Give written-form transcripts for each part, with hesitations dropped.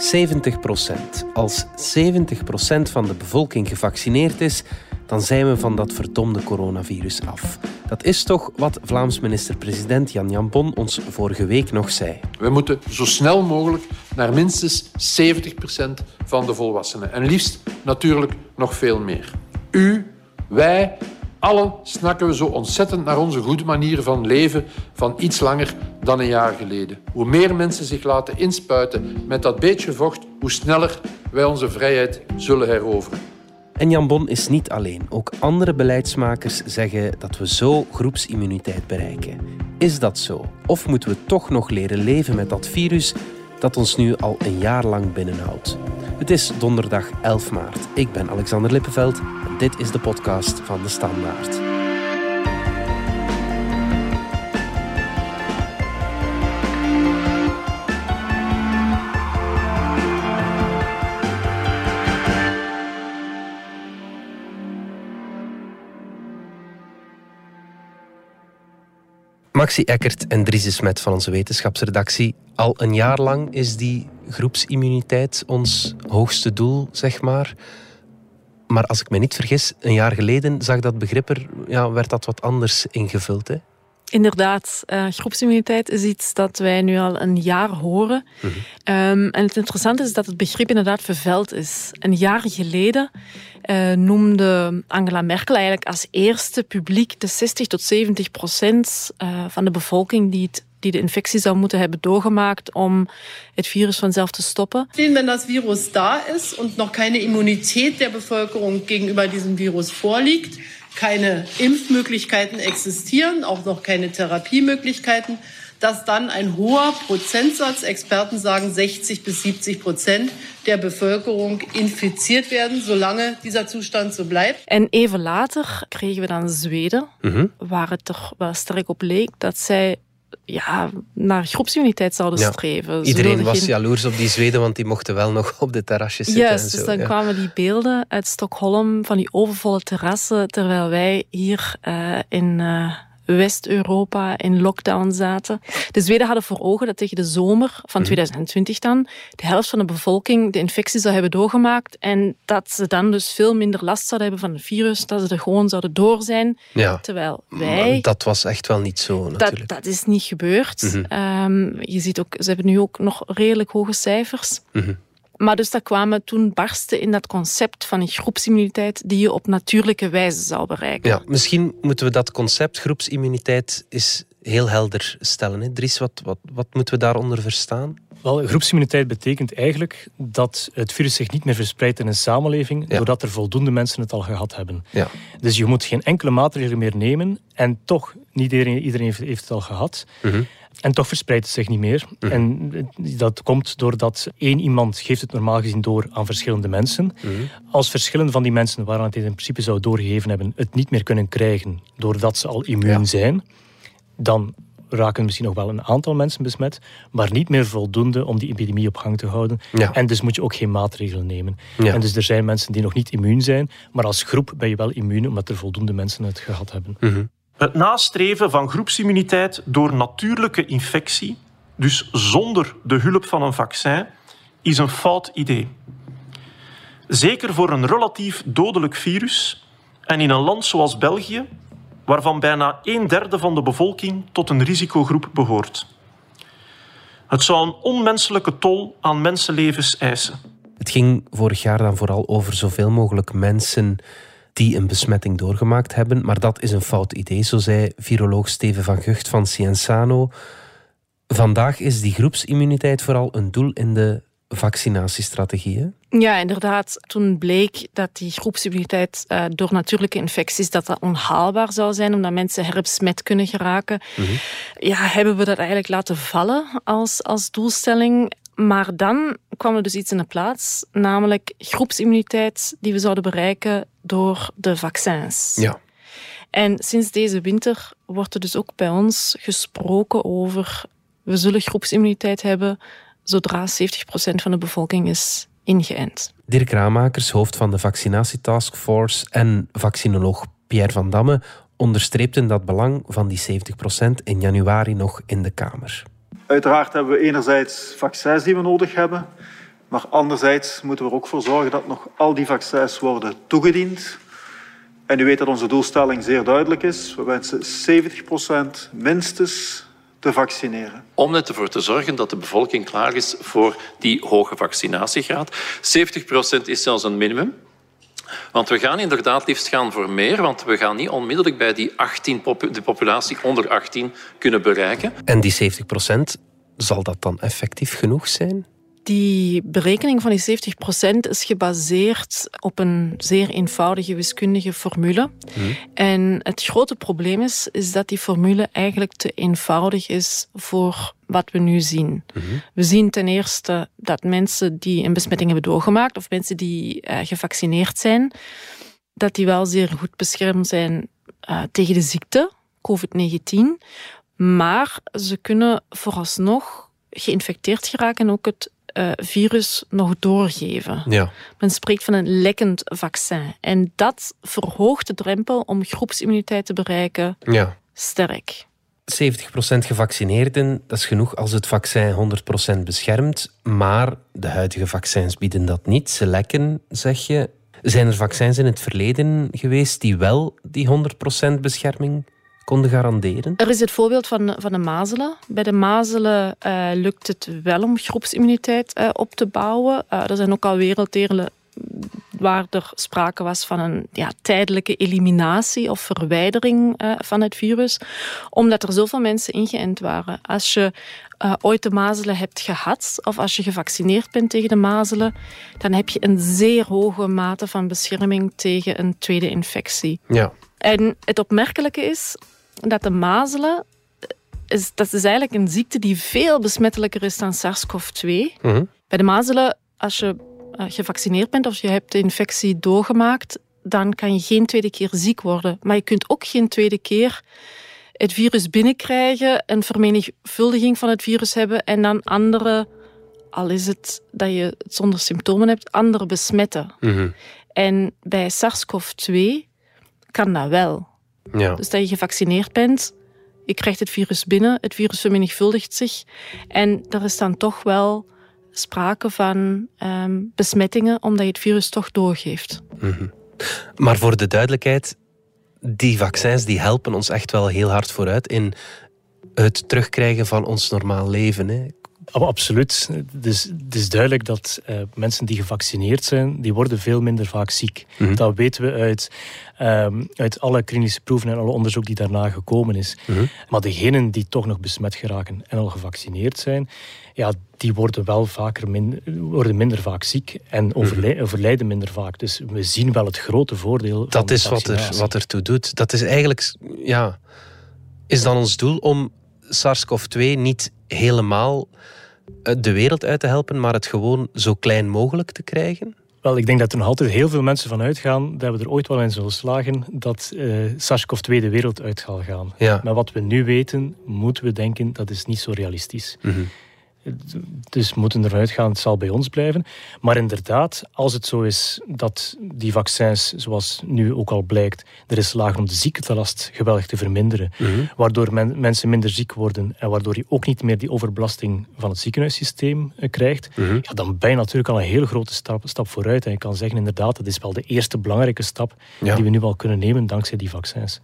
70%. Als 70% van de bevolking gevaccineerd is, dan zijn we van dat verdomde coronavirus af. Dat is toch wat Vlaams minister-president Jan Jambon ons vorige week nog zei. We moeten zo snel mogelijk naar minstens 70% van de volwassenen. En liefst natuurlijk nog veel meer. U, wij, allen snakken we zo ontzettend naar onze goede manier van leven van iets langer dan een jaar geleden. Hoe meer mensen zich laten inspuiten met dat beetje vocht, hoe sneller wij onze vrijheid zullen heroveren. En Jambon is niet alleen. Ook andere beleidsmakers zeggen dat we zo groepsimmuniteit bereiken. Is dat zo? Of moeten we toch nog leren leven met dat virus dat ons nu al een jaar lang binnenhoudt? Het is donderdag 11 maart. Ik ben Alexander Lippenveld en dit is de podcast van De Standaard. Maxi Eckert en Dries de Smet van onze wetenschapsredactie. Al een jaar lang is die groepsimmuniteit ons hoogste doel, zeg maar. Maar als ik me niet vergis, een jaar geleden zag dat begrip werd dat wat anders ingevuld, hè? Inderdaad, groepsimmuniteit is iets dat wij nu al een jaar horen. En het interessante is dat het begrip inderdaad vervuild is. Een jaar geleden noemde Angela Merkel eigenlijk als eerste publiek de 60-70% van de bevolking die de infectie zou moeten hebben doorgemaakt om het virus vanzelf te stoppen. Wenn das Virus da ist und noch keine Immunität der Bevölkerung gegenüber diesem Virus vorliegt, keine Impfmöglichkeiten existieren, auch noch keine Therapiemöglichkeiten, dass dann ein hoher Prozentsatz, Experten sagen 60-70% der Bevölkerung infiziert werden, solange dieser Zustand so bleibt. En even later kregen we dan Zweden, waar het toch wel sterk op leek dat zij naar groepsimmuniteit zouden streven. Iedereen was jaloers op die Zweden, want die mochten wel nog op de terrasjes zitten. Juist, en zo. Dus dan kwamen die beelden uit Stockholm van die overvolle terrassen, terwijl wij hier in West-Europa in lockdown zaten. De Zweden hadden voor ogen dat tegen de zomer van 2020 dan de helft van de bevolking de infectie zou hebben doorgemaakt en dat ze dan dus veel minder last zouden hebben van het virus, dat ze er gewoon zouden door zijn. Ja, terwijl wij... Dat was echt wel niet zo, natuurlijk. Dat is niet gebeurd. Je ziet ook, ze hebben nu ook nog redelijk hoge cijfers. Maar dus dat kwamen toen barsten in dat concept van die groepsimmuniteit die je op natuurlijke wijze zou bereiken. Ja, misschien moeten we dat concept groepsimmuniteit eens heel helder stellen. Hè? Dries, wat moeten we daaronder verstaan? Wel, groepsimmuniteit betekent eigenlijk dat het virus zich niet meer verspreidt in een samenleving, doordat er voldoende mensen het al gehad hebben. Ja. Dus je moet geen enkele maatregelen meer nemen en toch, niet iedereen heeft het al gehad. En toch verspreidt het zich niet meer. En dat komt doordat één iemand geeft het normaal gezien door aan verschillende mensen. Als verschillende van die mensen waaraan het in principe zou doorgegeven hebben, het niet meer kunnen krijgen doordat ze al immuun zijn, dan raken misschien nog wel een aantal mensen besmet, maar niet meer voldoende om die epidemie op gang te houden. Ja. En dus moet je ook geen maatregelen nemen. Ja. En dus er zijn mensen die nog niet immuun zijn, maar als groep ben je wel immuun omdat er voldoende mensen het gehad hebben. Het nastreven van groepsimmuniteit door natuurlijke infectie, dus zonder de hulp van een vaccin, is een fout idee. Zeker voor een relatief dodelijk virus en in een land zoals België, waarvan bijna 1/3 van de bevolking tot een risicogroep behoort. Het zou een onmenselijke tol aan mensenlevens eisen. Het ging vorig jaar dan vooral over zoveel mogelijk mensen die een besmetting doorgemaakt hebben, maar dat is een fout idee, zo zei viroloog Steven van Gucht van Sciensano. Vandaag is die groepsimmuniteit vooral een doel in de vaccinatiestrategie, hè? Ja, inderdaad. Toen bleek dat die groepsimmuniteit door natuurlijke infecties dat onhaalbaar zou zijn, omdat mensen herbesmet kunnen geraken. Hebben we dat eigenlijk laten vallen als doelstelling. Maar dan kwam er dus iets in de plaats, namelijk groepsimmuniteit die we zouden bereiken door de vaccins. Ja. En sinds deze winter wordt er dus ook bij ons gesproken over, we zullen groepsimmuniteit hebben zodra 70% van de bevolking is ingeënt. Dirk Raamakers, hoofd van de vaccinatietaskforce en vaccinoloog Pierre van Damme onderstreepten dat belang van die 70% in januari nog in de Kamer. Uiteraard hebben we enerzijds vaccins die we nodig hebben. Maar anderzijds moeten we er ook voor zorgen dat nog al die vaccins worden toegediend. En u weet dat onze doelstelling zeer duidelijk is. We wensen 70% minstens te vaccineren. Om ervoor te zorgen dat de bevolking klaar is voor die hoge vaccinatiegraad. 70% is zelfs een minimum. Want we gaan inderdaad liefst gaan voor meer, want we gaan niet onmiddellijk bij die de populatie onder 18 kunnen bereiken. En die 70%, zal dat dan effectief genoeg zijn? Die berekening van die 70% is gebaseerd op een zeer eenvoudige wiskundige formule. En het grote probleem is dat die formule eigenlijk te eenvoudig is voor wat we nu zien. We zien ten eerste dat mensen die een besmetting hebben doorgemaakt of mensen die gevaccineerd zijn, dat die wel zeer goed beschermd zijn tegen de ziekte, COVID-19. Maar ze kunnen vooralsnog geïnfecteerd geraken en ook het virus nog doorgeven. Ja. Men spreekt van een lekkend vaccin. En dat verhoogt de drempel om groepsimmuniteit te bereiken sterk. 70% gevaccineerden, dat is genoeg als het vaccin 100% beschermt. Maar de huidige vaccins bieden dat niet. Ze lekken, zeg je. Zijn er vaccins in het verleden geweest die wel die 100% bescherming konden garanderen? Er is het voorbeeld van de mazelen. Bij de mazelen lukt het wel om groepsimmuniteit op te bouwen. Er zijn ook al werelddelen waar er sprake was van een tijdelijke eliminatie of verwijdering van het virus, omdat er zoveel mensen ingeënt waren. Als je ooit de mazelen hebt gehad, of als je gevaccineerd bent tegen de mazelen, dan heb je een zeer hoge mate van bescherming tegen een tweede infectie. Ja. En het opmerkelijke is dat de mazelen, dat is eigenlijk een ziekte die veel besmettelijker is dan SARS-CoV-2. Bij de mazelen, als je gevaccineerd bent of je hebt de infectie doorgemaakt, dan kan je geen tweede keer ziek worden. Maar je kunt ook geen tweede keer het virus binnenkrijgen, een vermenigvuldiging van het virus hebben en dan andere, al is het dat je het zonder symptomen hebt, andere besmetten. En bij SARS-CoV-2 kan dat wel. Ja. Dus dat je gevaccineerd bent, je krijgt het virus binnen, het virus vermenigvuldigt zich en er is dan toch wel sprake van besmettingen omdat je het virus toch doorgeeft. Maar voor de duidelijkheid, die vaccins die helpen ons echt wel heel hard vooruit in het terugkrijgen van ons normaal leven, hè? Absoluut. Het is duidelijk dat mensen die gevaccineerd zijn, die worden veel minder vaak ziek. Dat weten we uit alle klinische proeven en alle onderzoek die daarna gekomen is. Maar degenen die toch nog besmet geraken en al gevaccineerd zijn, die worden wel worden minder vaak ziek en overlijden minder vaak. Dus we zien wel het grote voordeel van dat is wat ertoe doet. Dat is eigenlijk, is dan ons doel om SARS-CoV-2 niet helemaal de wereld uit te helpen, maar het gewoon zo klein mogelijk te krijgen? Wel, ik denk dat er nog altijd heel veel mensen van uitgaan dat we er ooit wel in zullen slagen dat SARS-CoV-2 de wereld uit zal gaan. Ja. Maar wat we nu weten, moeten we denken, dat is niet zo realistisch. Dus we moeten ervan uitgaan, het zal bij ons blijven. Maar inderdaad, als het zo is dat die vaccins, zoals nu ook al blijkt, erin slagen om de ziektelast geweldig te verminderen, waardoor mensen minder ziek worden en waardoor je ook niet meer die overbelasting van het ziekenhuissysteem krijgt, dan ben je natuurlijk al een heel grote stap vooruit. En je kan zeggen, inderdaad, dat is wel de eerste belangrijke stap die we nu al kunnen nemen dankzij die vaccins.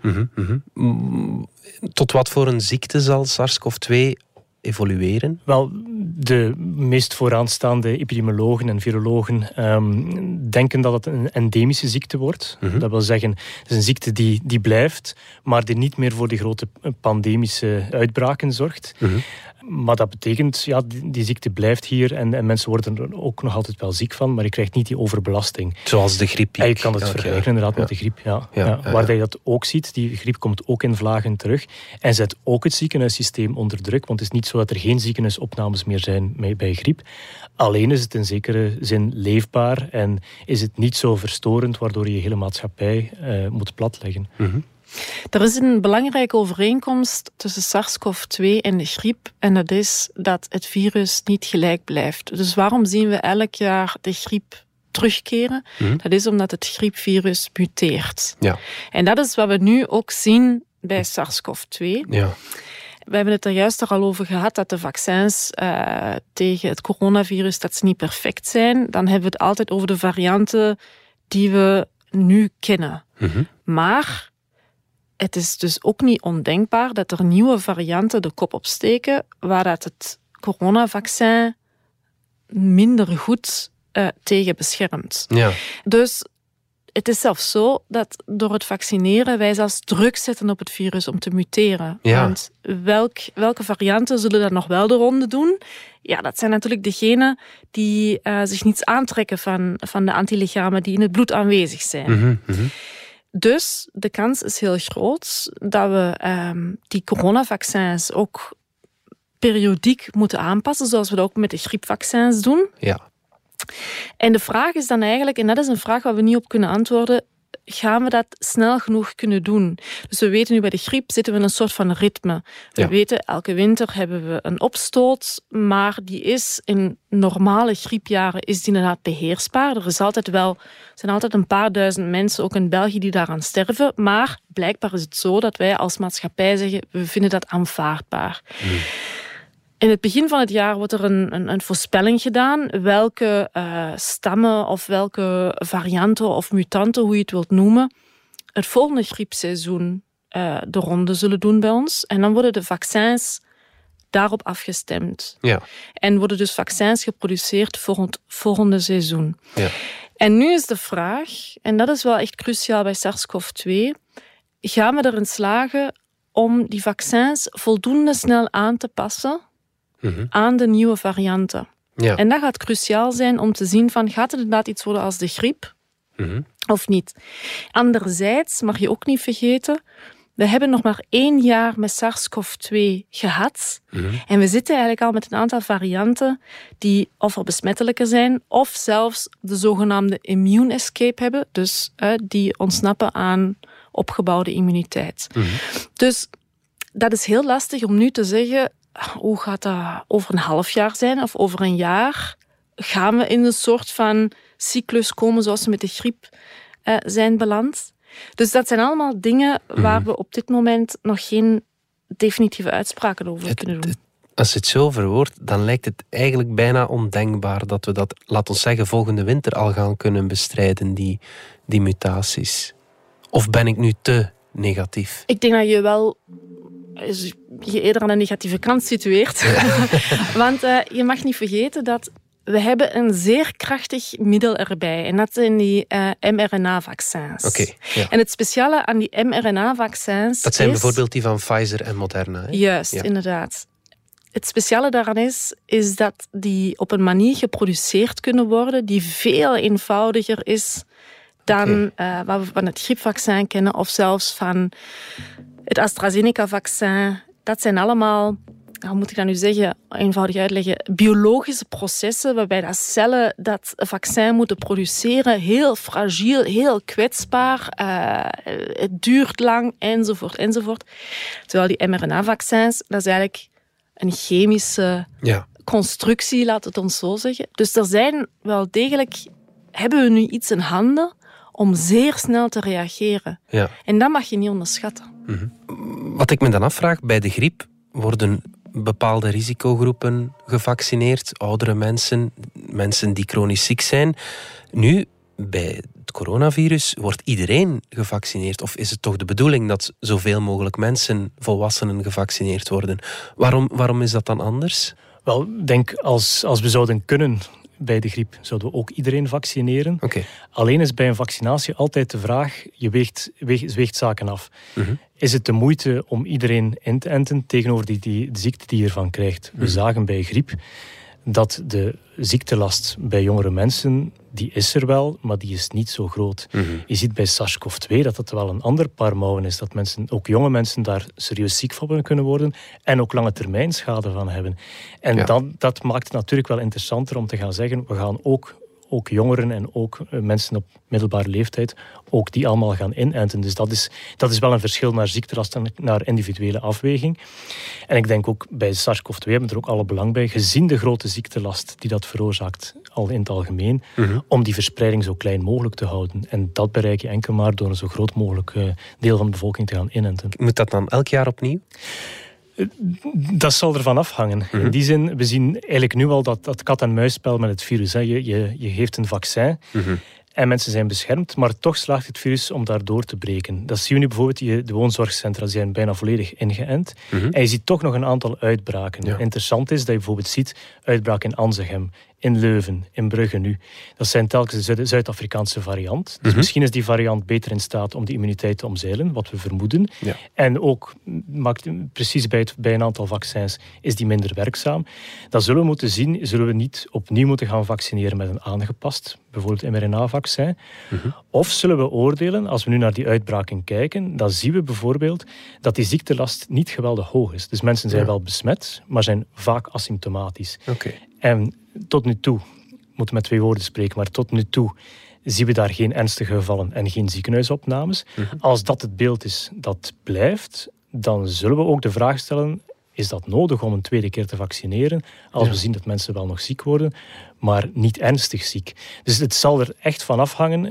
Tot wat voor een ziekte zal SARS-CoV-2 evolueren? Wel, de meest vooraanstaande epidemiologen en virologen denken dat het een endemische ziekte wordt. Dat wil zeggen, het is een ziekte die blijft, maar die niet meer voor die grote pandemische uitbraken zorgt. Maar dat betekent, die ziekte blijft hier en mensen worden er ook nog altijd wel ziek van, maar je krijgt niet die overbelasting. Zoals de griep. En je kan het vergelijken inderdaad met de griep. Waar je dat ook ziet, die griep komt ook in vlagen terug en zet ook het ziekenhuissysteem onder druk, want het is niet zo dat er geen ziekenhuisopnames meer zijn bij griep. Alleen is het in zekere zin leefbaar en is het niet zo verstorend, waardoor je je hele maatschappij moet platleggen. Er is een belangrijke overeenkomst tussen SARS-CoV-2 en de griep. En dat is dat het virus niet gelijk blijft. Dus waarom zien we elk jaar de griep terugkeren? Dat is omdat het griepvirus muteert. Ja. En dat is wat we nu ook zien bij SARS-CoV-2. Ja. We hebben het er juist al over gehad dat de vaccins tegen het coronavirus dat ze niet perfect zijn. Dan hebben we het altijd over de varianten die we nu kennen. Mm-hmm. Maar het is dus ook niet ondenkbaar dat er nieuwe varianten de kop opsteken waar dat het coronavaccin minder goed tegen beschermt. Ja. Dus het is zelfs zo dat door het vaccineren wij zelfs druk zetten op het virus om te muteren. Ja. Want welke varianten zullen dan nog wel de ronde doen? Ja, dat zijn natuurlijk degenen die zich niets aantrekken van de antilichamen die in het bloed aanwezig zijn. Mm-hmm, mm-hmm. Dus de kans is heel groot dat we die coronavaccins ook periodiek moeten aanpassen, zoals we dat ook met de griepvaccins doen. Ja. En de vraag is dan eigenlijk, en dat is een vraag waar we niet op kunnen antwoorden, gaan we dat snel genoeg kunnen doen? Dus we weten nu bij de griep zitten we in een soort van ritme. We weten, elke winter hebben we een opstoot, maar die is in normale griepjaren is die inderdaad beheersbaar. Er zijn altijd een paar duizend mensen, ook in België, die daaraan sterven. Maar blijkbaar is het zo dat wij als maatschappij zeggen, we vinden dat aanvaardbaar. Mm. In het begin van het jaar wordt er een voorspelling gedaan welke stammen of welke varianten of mutanten, hoe je het wilt noemen, het volgende griepseizoen de ronde zullen doen bij ons. En dan worden de vaccins daarop afgestemd. Ja. En worden dus vaccins geproduceerd voor het volgende seizoen. Ja. En nu is de vraag, en dat is wel echt cruciaal bij SARS-CoV-2, gaan we erin slagen om die vaccins voldoende snel aan te passen aan de nieuwe varianten. Ja. En dat gaat cruciaal zijn om te zien van, gaat het inderdaad iets worden als de griep of niet? Anderzijds mag je ook niet vergeten, we hebben nog maar 1 jaar met SARS-CoV-2 gehad. En we zitten eigenlijk al met een aantal varianten die ofwel besmettelijker zijn of zelfs de zogenaamde immune escape hebben. Dus die ontsnappen aan opgebouwde immuniteit. Dus dat is heel lastig om nu te zeggen, hoe gaat dat over een half jaar zijn of over een jaar? Gaan we in een soort van cyclus komen zoals we met de griep zijn beland? Dus dat zijn allemaal dingen waar we op dit moment nog geen definitieve uitspraken over kunnen doen. Als je het zo verwoordt, dan lijkt het eigenlijk bijna ondenkbaar dat we dat, laat ons zeggen, volgende winter al gaan kunnen bestrijden, die mutaties. Of ben ik nu te negatief? Ik denk dat je wel je eerder aan de negatieve kant situeert. Ja. Want je mag niet vergeten dat we hebben een zeer krachtig middel erbij. En dat zijn die mRNA-vaccins. Okay, ja. En het speciale aan die mRNA-vaccins dat zijn bijvoorbeeld die van Pfizer en Moderna. Hè? Juist, ja. Inderdaad. Het speciale daaraan is dat die op een manier geproduceerd kunnen worden die veel eenvoudiger is dan wat we van het griepvaccin kennen of zelfs van het AstraZeneca-vaccin. Dat zijn allemaal, hoe moet ik dat nu zeggen, eenvoudig uitleggen, biologische processen waarbij dat cellen dat vaccin moeten produceren heel fragiel, heel kwetsbaar, het duurt lang, enzovoort. Terwijl die mRNA-vaccins, dat is eigenlijk een chemische constructie, laat het ons zo zeggen. Dus er zijn wel degelijk, hebben we nu iets in handen om zeer snel te reageren. Ja. En dat mag je niet onderschatten. Wat ik me dan afvraag, bij de griep worden bepaalde risicogroepen gevaccineerd, oudere mensen, mensen die chronisch ziek zijn. Nu, bij het coronavirus, wordt iedereen gevaccineerd? Of is het toch de bedoeling dat zoveel mogelijk mensen, volwassenen, gevaccineerd worden? Waarom is dat dan anders? Wel, ik denk als we zouden kunnen bij de griep, zouden we ook iedereen vaccineren. Okay. Alleen is bij een vaccinatie altijd de vraag, je weegt zaken af. Is het de moeite om iedereen in te enten tegenover de ziekte die je ervan krijgt? We zagen bij griep dat de ziektelast bij jongere mensen, die is er wel, maar die is niet zo groot. Je ziet bij SARS-CoV-2 dat het wel een ander paar mouwen is, dat ook jonge mensen daar serieus ziek van kunnen worden en ook lange termijn schade van hebben. En dat maakt het natuurlijk wel interessanter om te gaan zeggen, we gaan ook jongeren en ook mensen op middelbare leeftijd, ook die allemaal gaan inenten. Dus dat is wel een verschil naar ziektelast en naar individuele afweging. En ik denk ook bij SARS-CoV-2 hebben we er ook alle belang bij, gezien de grote ziektelast die dat veroorzaakt, al in het algemeen, om die verspreiding zo klein mogelijk te houden. En dat bereik je enkel maar door een zo groot mogelijk deel van de bevolking te gaan inenten. Moet dat dan elk jaar opnieuw? Dat zal ervan afhangen. Mm-hmm. In die zin, we zien eigenlijk nu al dat kat-en-muisspel met het virus. Hè. Je geeft een vaccin en mensen zijn beschermd, maar toch slaagt het virus om daardoor te breken. Dat zie je nu bijvoorbeeld, de woonzorgcentra zijn bijna volledig ingeënt. En je ziet toch nog een aantal uitbraken. Ja. Interessant is dat je bijvoorbeeld ziet uitbraak in Anzegem, in Leuven, in Brugge nu. Dat zijn telkens de Zuid-Afrikaanse variant. Dus misschien is die variant beter in staat om die immuniteit te omzeilen, wat we vermoeden. Ja. En ook, precies bij een aantal vaccins, is die minder werkzaam. Dat zullen we moeten zien. Zullen we niet opnieuw moeten gaan vaccineren met een aangepast, bijvoorbeeld mRNA-vaccin? Of zullen we oordelen, als we nu naar die uitbraken kijken, dan zien we bijvoorbeeld dat die ziektelast niet geweldig hoog is. Dus mensen zijn wel besmet, maar zijn vaak asymptomatisch. En tot nu toe, we moeten met 2 woorden spreken, maar tot nu toe zien we daar geen ernstige gevallen en geen ziekenhuisopnames. Als dat het beeld is dat blijft, dan zullen we ook de vraag stellen, is dat nodig om een tweede keer te vaccineren? Als we zien dat mensen wel nog ziek worden, maar niet ernstig ziek. Dus het zal er echt van afhangen,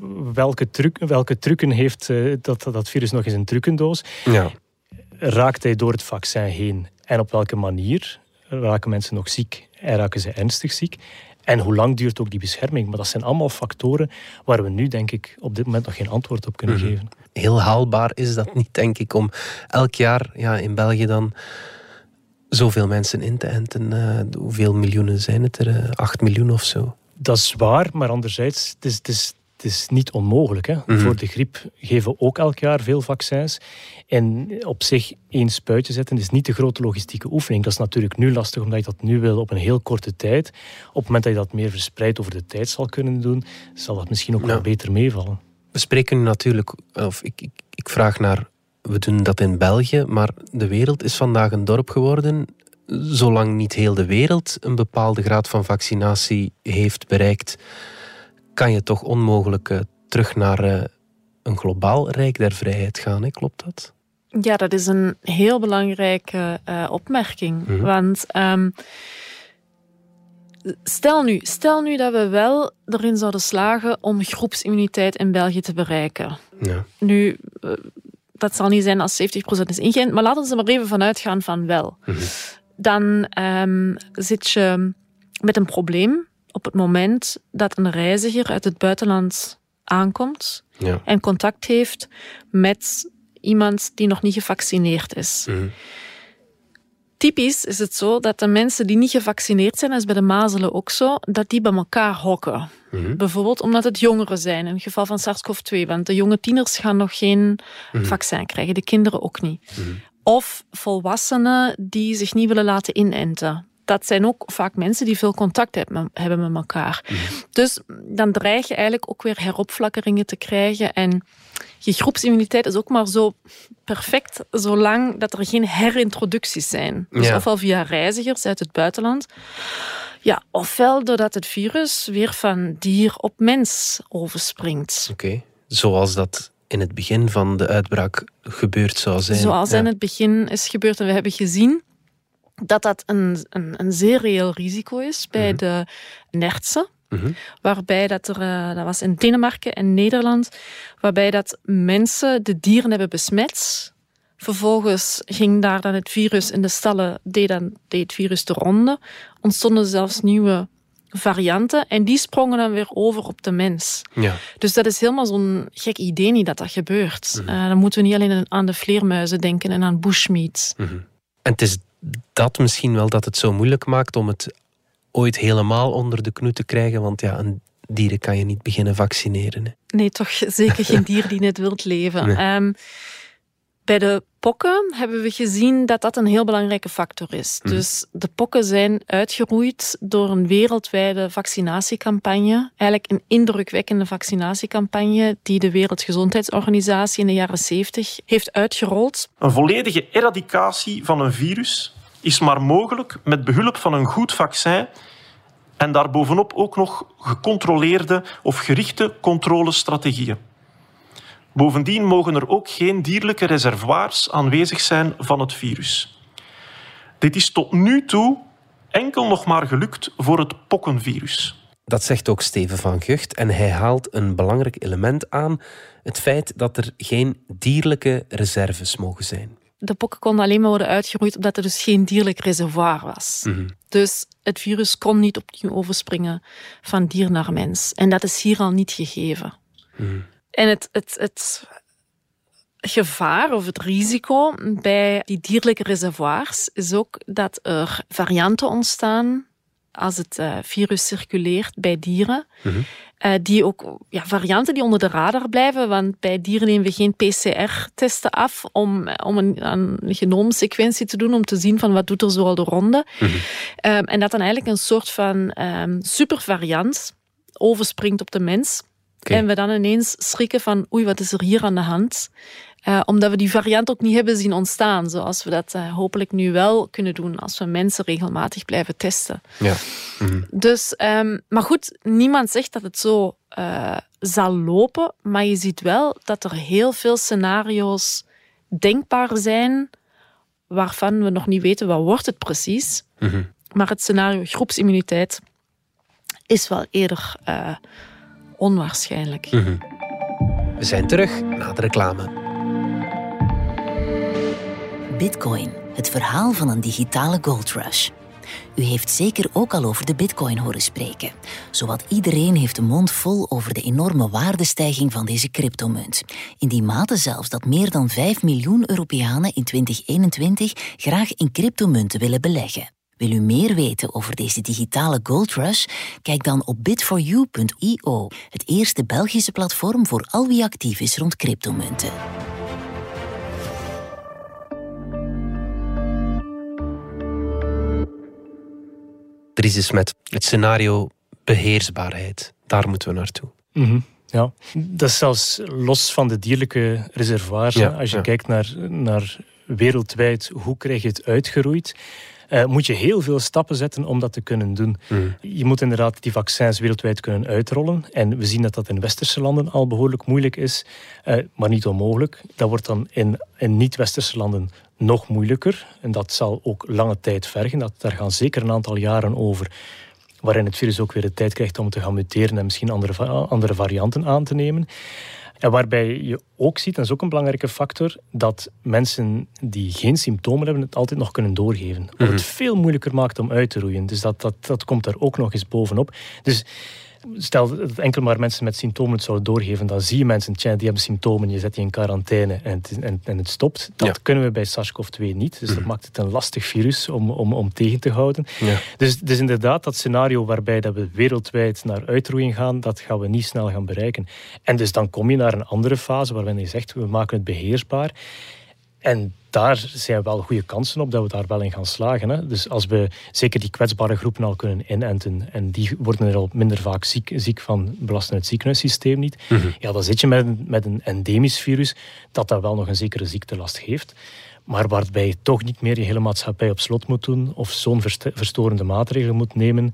welke trucken heeft dat virus nog eens een trucendoos. Ja. Raakt hij door het vaccin heen? En op welke manier raken mensen nog ziek? En raken ze ernstig ziek? En hoe lang duurt ook die bescherming? Maar dat zijn allemaal factoren waar we nu, denk ik, op dit moment nog geen antwoord op kunnen geven. Heel haalbaar is dat niet, denk ik, om elk jaar in België dan zoveel mensen in te enten. Hoeveel miljoenen zijn het er? 8 miljoen of zo? Dat is waar, maar anderzijds, het is niet onmogelijk. Hè? Voor de griep geven we ook elk jaar veel vaccins. En op zich 1 spuitje zetten is niet de grote logistieke oefening. Dat is natuurlijk nu lastig, omdat je dat nu wil op een heel korte tijd. Op het moment dat je dat meer verspreid over de tijd zal kunnen doen, zal dat misschien ook wel beter meevallen. We spreken nu natuurlijk, of ik vraag naar, we doen dat in België, maar de wereld is vandaag een dorp geworden. Zolang niet heel de wereld een bepaalde graad van vaccinatie heeft bereikt, kan je toch onmogelijk terug naar een globaal rijk der vrijheid gaan, hè? Klopt dat? Ja, dat is een heel belangrijke opmerking. Want stel nu dat we wel erin zouden slagen om groepsimmuniteit in België te bereiken. Ja. Nu, dat zal niet zijn als 70% is ingeënt, maar laten we er maar even vanuit gaan van wel. Dan zit je met een probleem op het moment dat een reiziger uit het buitenland aankomt en contact heeft met iemand die nog niet gevaccineerd is. Typisch is het zo dat de mensen die niet gevaccineerd zijn, dat is bij de mazelen ook zo, dat die bij elkaar hokken. Bijvoorbeeld omdat het jongeren zijn, in het geval van SARS-CoV-2, want de jonge tieners gaan nog geen vaccin krijgen, de kinderen ook niet. Of volwassenen die zich niet willen laten inenten. Dat zijn ook vaak mensen die veel contact hebben met elkaar. Dus dan dreig je eigenlijk ook weer heropflakkeringen te krijgen. En je groepsimmuniteit is ook maar zo perfect zolang dat er geen herintroducties zijn. Dus ofwel via reizigers uit het buitenland, ofwel doordat het virus weer van dier op mens overspringt. Oké. Zoals dat in het begin van de uitbraak gebeurd zou zijn. Zoals in het begin is gebeurd. En we hebben gezien dat een zeer reëel risico is bij de nertsen. Waarbij dat was in Denemarken en Nederland, waarbij dat mensen de dieren hebben besmet. Vervolgens ging daar dan het virus in de stallen, deed het virus de ronde. Ontstonden zelfs nieuwe varianten en die sprongen dan weer over op de mens. Ja. Dus dat is helemaal zo'n gek idee niet dat gebeurt. Dan moeten we niet alleen aan de vleermuizen denken en aan bushmeat. En het is dat misschien wel dat het zo moeilijk maakt om het ooit helemaal onder de knoe te krijgen, want een dieren kan je niet beginnen vaccineren. Hè? Nee, toch zeker geen dier die net wilt leven. Nee. Bij de pokken hebben we gezien dat dat een heel belangrijke factor is. Dus de pokken zijn uitgeroeid door een wereldwijde vaccinatiecampagne. Eigenlijk een indrukwekkende vaccinatiecampagne die de Wereldgezondheidsorganisatie in de jaren 70 heeft uitgerold. Een volledige eradicatie van een virus is maar mogelijk met behulp van een goed vaccin en daarbovenop ook nog gecontroleerde of gerichte controlestrategieën. Bovendien mogen er ook geen dierlijke reservoirs aanwezig zijn van het virus. Dit is tot nu toe enkel nog maar gelukt voor het pokkenvirus. Dat zegt ook Steven van Gucht en hij haalt een belangrijk element aan, het feit dat er geen dierlijke reserves mogen zijn. de pokken konden alleen maar worden uitgeroeid omdat er dus geen dierlijk reservoir was. Mm-hmm. Dus het virus kon niet opnieuw overspringen van dier naar mens. En dat is hier al niet gegeven. Mm-hmm. En het gevaar of het risico bij die dierlijke reservoirs is ook dat er varianten ontstaan als het virus circuleert bij dieren. Mm-hmm. Die ook varianten die onder de radar blijven, want bij dieren nemen we geen PCR-testen af om een genoomsequentie te doen, om te zien van wat doet er zoal de ronde. Mm-hmm. En dat dan eigenlijk een soort van supervariant overspringt op de mens. Okay. En we dan ineens schrikken van oei, wat is er hier aan de hand? Omdat we die variant ook niet hebben zien ontstaan, zoals we dat hopelijk nu wel kunnen doen als we mensen regelmatig blijven testen. Ja. Mm-hmm. Dus, maar goed, niemand zegt dat het zo zal lopen, maar je ziet wel dat er heel veel scenario's denkbaar zijn waarvan we nog niet weten wat wordt het precies. Mm-hmm. Maar het scenario groepsimmuniteit is wel eerder onwaarschijnlijk. Mm-hmm. We zijn terug na de reclame. Bitcoin, het verhaal van een digitale goldrush. U heeft zeker ook al over de bitcoin horen spreken. Zowat iedereen heeft de mond vol over de enorme waardestijging van deze cryptomunt. In die mate zelfs dat meer dan 5 miljoen Europeanen in 2021 graag in cryptomunten willen beleggen. Wil u meer weten over deze digitale goldrush? Kijk dan op bit4u.io, het eerste Belgische platform voor al wie actief is rond cryptomunten. Er is dus met het scenario beheersbaarheid. Daar moeten we naartoe. Mm-hmm. Ja, dat is zelfs los van de dierlijke reservoirs. Ja, als je kijkt naar wereldwijd, hoe krijg je het uitgeroeid? Moet je heel veel stappen zetten om dat te kunnen doen. Mm. Je moet inderdaad die vaccins wereldwijd kunnen uitrollen. En we zien dat dat in westerse landen al behoorlijk moeilijk is, maar niet onmogelijk. Dat wordt dan in niet-westerse landen nog moeilijker. En dat zal ook lange tijd vergen. Daar gaan zeker een aantal jaren over, waarin het virus ook weer de tijd krijgt om te gaan muteren en misschien andere varianten aan te nemen. En waarbij je ook ziet, en dat is ook een belangrijke factor, dat mensen die geen symptomen hebben het altijd nog kunnen doorgeven. Wat het veel moeilijker maakt om uit te roeien. Dus dat komt daar ook nog eens bovenop. Dus stel dat enkel maar mensen met symptomen het zouden doorgeven, dan zie je mensen, die hebben symptomen, je zet die in quarantaine en het stopt. Dat kunnen we bij SARS-CoV-2 niet. Dus dat maakt het een lastig virus om tegen te houden. Ja. Dus inderdaad, dat scenario waarbij dat we wereldwijd naar uitroeiing gaan, dat gaan we niet snel gaan bereiken. En dus dan kom je naar een andere fase waarin je zegt, we maken het beheersbaar. En daar zijn wel goede kansen op dat we daar wel in gaan slagen. Hè. Dus als we zeker die kwetsbare groepen al kunnen inenten, en die worden er al minder vaak ziek van, belasten het ziekenhuissysteem niet, ja, dan zit je met een endemisch virus dat wel nog een zekere ziektelast heeft. Maar waarbij je toch niet meer je hele maatschappij op slot moet doen of zo'n verstorende maatregelen moet nemen,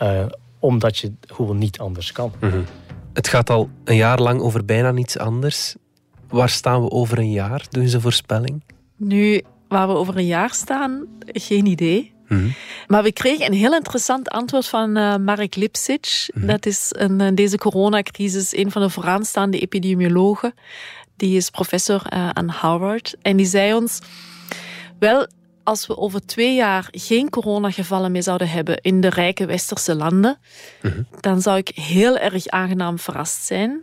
omdat je gewoon niet anders kan. Het gaat al een jaar lang over bijna niets anders. Waar staan we over een jaar? Doen ze een voorspelling? Nu, waar we over een jaar staan, geen idee. Maar we kregen een heel interessant antwoord van Marek Lipšić. Dat is in deze coronacrisis een van de vooraanstaande epidemiologen. Die is professor aan Harvard. En die zei ons, wel, als we over 2 jaar geen coronagevallen meer zouden hebben in de rijke westerse landen, dan zou ik heel erg aangenaam verrast zijn.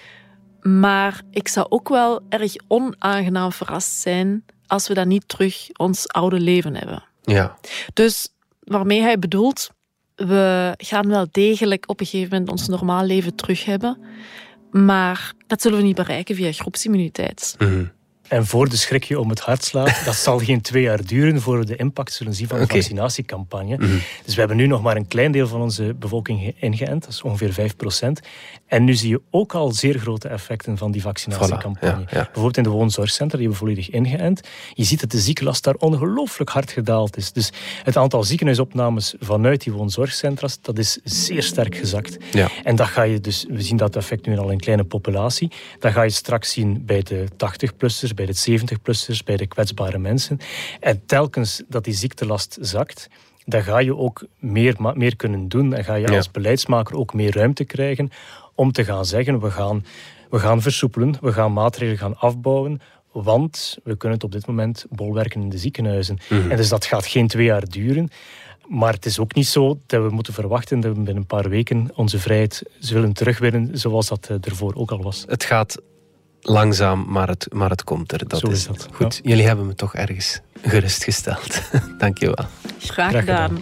Maar ik zou ook wel erg onaangenaam verrast zijn als we dan niet terug ons oude leven hebben. Ja. Dus waarmee hij bedoelt, we gaan wel degelijk op een gegeven moment ons normaal leven terug hebben, maar dat zullen we niet bereiken via groepsimmuniteit. En voor de schrik je om het hart slaat, dat zal geen 2 jaar duren voor we de impact zullen zien van de vaccinatiecampagne. Dus we hebben nu nog maar een klein deel van onze bevolking ingeënt, dat is ongeveer 5%. En nu zie je ook al zeer grote effecten van die vaccinatiecampagne. Bijvoorbeeld in de woonzorgcentra, die hebben volledig ingeënt. Je ziet dat de ziekenlast daar ongelooflijk hard gedaald is. Dus het aantal ziekenhuisopnames vanuit die woonzorgcentra's, dat is zeer sterk gezakt. Ja. En dat ga je dus, we zien dat effect nu al in een kleine populatie. Dat ga je straks zien bij de 80-plussers, bij de 70-plussers, bij de kwetsbare mensen. En telkens dat die ziektelast zakt, dan ga je ook meer kunnen doen en ga je als beleidsmaker ook meer ruimte krijgen om te gaan zeggen, we gaan versoepelen, we gaan maatregelen gaan afbouwen, want we kunnen het op dit moment bolwerken in de ziekenhuizen. En dus dat gaat geen 2 jaar duren. Maar het is ook niet zo dat we moeten verwachten dat we binnen een paar weken onze vrijheid zullen terugwinnen, zoals dat ervoor ook al was. Het gaat langzaam, maar het komt er. Dat zo is dat. Goed, jullie hebben me toch ergens gerustgesteld. Dank je wel. Graag gedaan.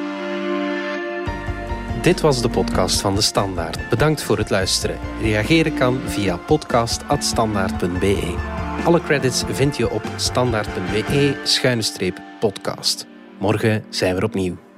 Dit was de podcast van De Standaard. Bedankt voor het luisteren. Reageren kan via podcast@standaard.be. Alle credits vind je op standaard.be/podcast. Morgen zijn we er opnieuw.